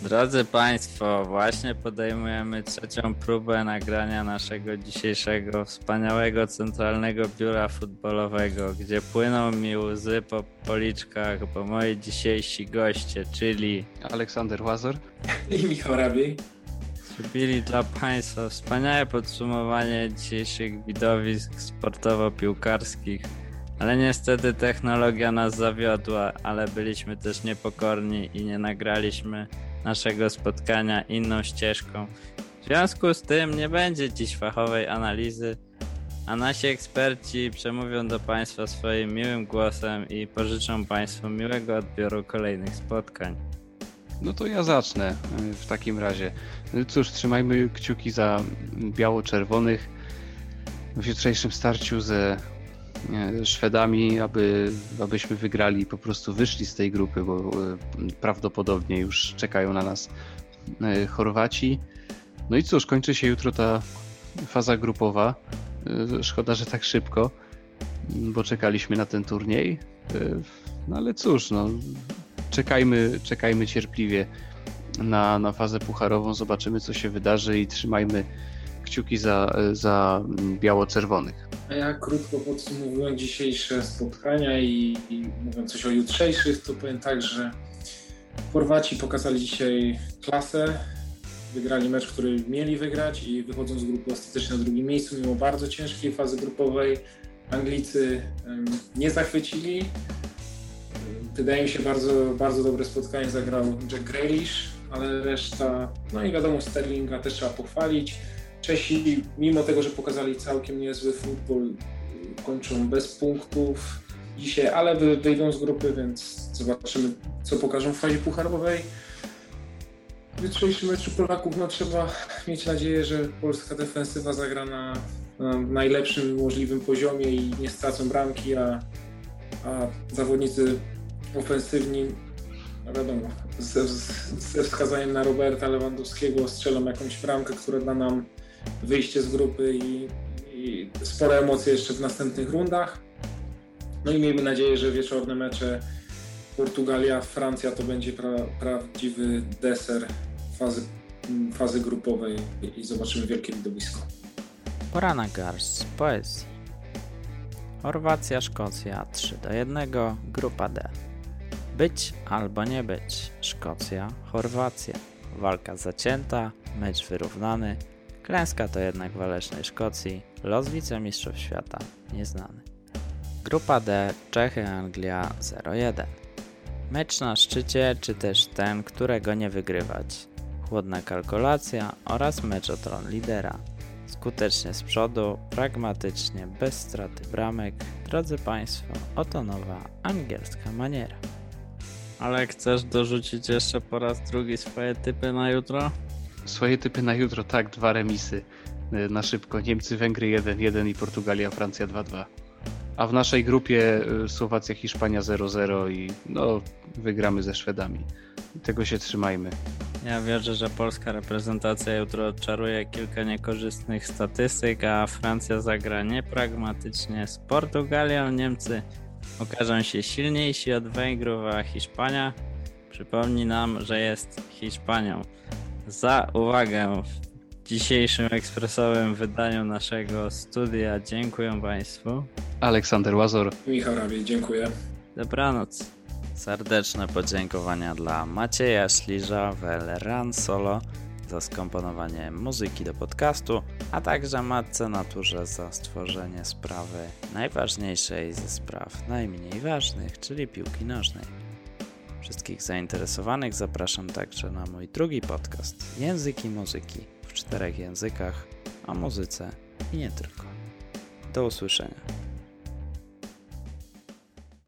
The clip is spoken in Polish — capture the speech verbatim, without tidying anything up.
Drodzy Państwo, właśnie podejmujemy trzecią próbę nagrania naszego dzisiejszego wspaniałego centralnego biura futbolowego, gdzie płyną mi łzy po policzkach, bo moi dzisiejsi goście, czyli Aleksander Łazor i Michał Rabiej, zrobili dla Państwa wspaniałe podsumowanie dzisiejszych widowisk sportowo-piłkarskich. Ale niestety technologia nas zawiodła, ale byliśmy też niepokorni i nie nagraliśmy naszego spotkania inną ścieżką. W związku z tym nie będzie dziś fachowej analizy, a nasi eksperci przemówią do Państwa swoim miłym głosem i pożyczą Państwu miłego odbioru kolejnych spotkań. No to ja zacznę w takim razie. Cóż, trzymajmy kciuki za biało-czerwonych w jutrzejszym starciu ze Szwedami, aby, abyśmy wygrali i po prostu wyszli z tej grupy, bo prawdopodobnie już czekają na nas Chorwaci. No i cóż, kończy się jutro ta faza grupowa. Szkoda, że tak szybko, bo czekaliśmy na ten turniej. No ale cóż, no, czekajmy, czekajmy cierpliwie na, na fazę pucharową, zobaczymy, co się wydarzy i trzymajmy kciuki za, za biało-czerwonych. A ja krótko podsumowując dzisiejsze spotkania i, i mówiąc coś o jutrzejszych, to powiem tak, że Chorwaci pokazali dzisiaj klasę, wygrali mecz, który mieli wygrać i wychodzą z grupy ostatecznie na drugim miejscu, mimo bardzo ciężkiej fazy grupowej. Anglicy um, nie zachwycili. Wydaje mi się, bardzo, bardzo dobre spotkanie zagrał Jack Grealish, ale reszta, no i wiadomo, Sterlinga też trzeba pochwalić. Czesi, mimo tego, że pokazali całkiem niezły futbol, kończą bez punktów dzisiaj, ale wyjdą z grupy, więc zobaczymy, co pokażą w fazie pucharowej. W jutrzejszym meczu Polaków no, trzeba mieć nadzieję, że polska defensywa zagra na, na najlepszym możliwym poziomie i nie stracą bramki, a, a zawodnicy ofensywni, no wiadomo, ze, ze wskazaniem na Roberta Lewandowskiego strzelą jakąś bramkę, która da nam wyjście z grupy i, i spore emocje jeszcze w następnych rundach. No i miejmy nadzieję, że wieczorne mecze Portugalia, Francja to będzie pra, prawdziwy deser fazy, fazy grupowej i zobaczymy wielkie widowisko. Pora na garść poezji. Chorwacja, Szkocja trzy do jednego, grupa D. Być albo nie być. Szkocja, Chorwacja. Walka zacięta, mecz wyrównany. Klęska to jednak walecznej Szkocji, los wicemistrzów świata nieznany. Grupa D, Czechy, Anglia zero jeden. Mecz na szczycie, czy też ten, którego nie wygrywać. Chłodna kalkulacja oraz mecz o tron lidera. Skutecznie z przodu, pragmatycznie, bez straty bramek. Drodzy Państwo, oto nowa angielska maniera. Ale chcesz dorzucić jeszcze po raz drugi swoje typy na jutro? Swoje typy na jutro, tak, dwa remisy na szybko. Niemcy, Węgry jeden jeden i Portugalia, Francja dwa dwa. A w naszej grupie Słowacja, Hiszpania zero zero i no, wygramy ze Szwedami. Tego się trzymajmy. Ja wierzę, że polska reprezentacja jutro odczaruje kilka niekorzystnych statystyk, a Francja zagra niepragmatycznie z Portugalią. Niemcy okażą się silniejsi od Węgrów, a Hiszpania przypomni nam, że jest Hiszpanią. Za uwagę w dzisiejszym ekspresowym wydaniu naszego studia dziękuję Państwu. Aleksander Łazor i Michał Rabiej, dziękuję. Dobranoc. Serdeczne podziękowania dla Macieja Śliża w El Ran Solo za skomponowanie muzyki do podcastu, a także Matce Naturze za stworzenie sprawy najważniejszej ze spraw najmniej ważnych, czyli piłki nożnej. Wszystkich zainteresowanych zapraszam także na mój drugi podcast Języki Muzyki w czterech językach o muzyce i nie tylko. Do usłyszenia.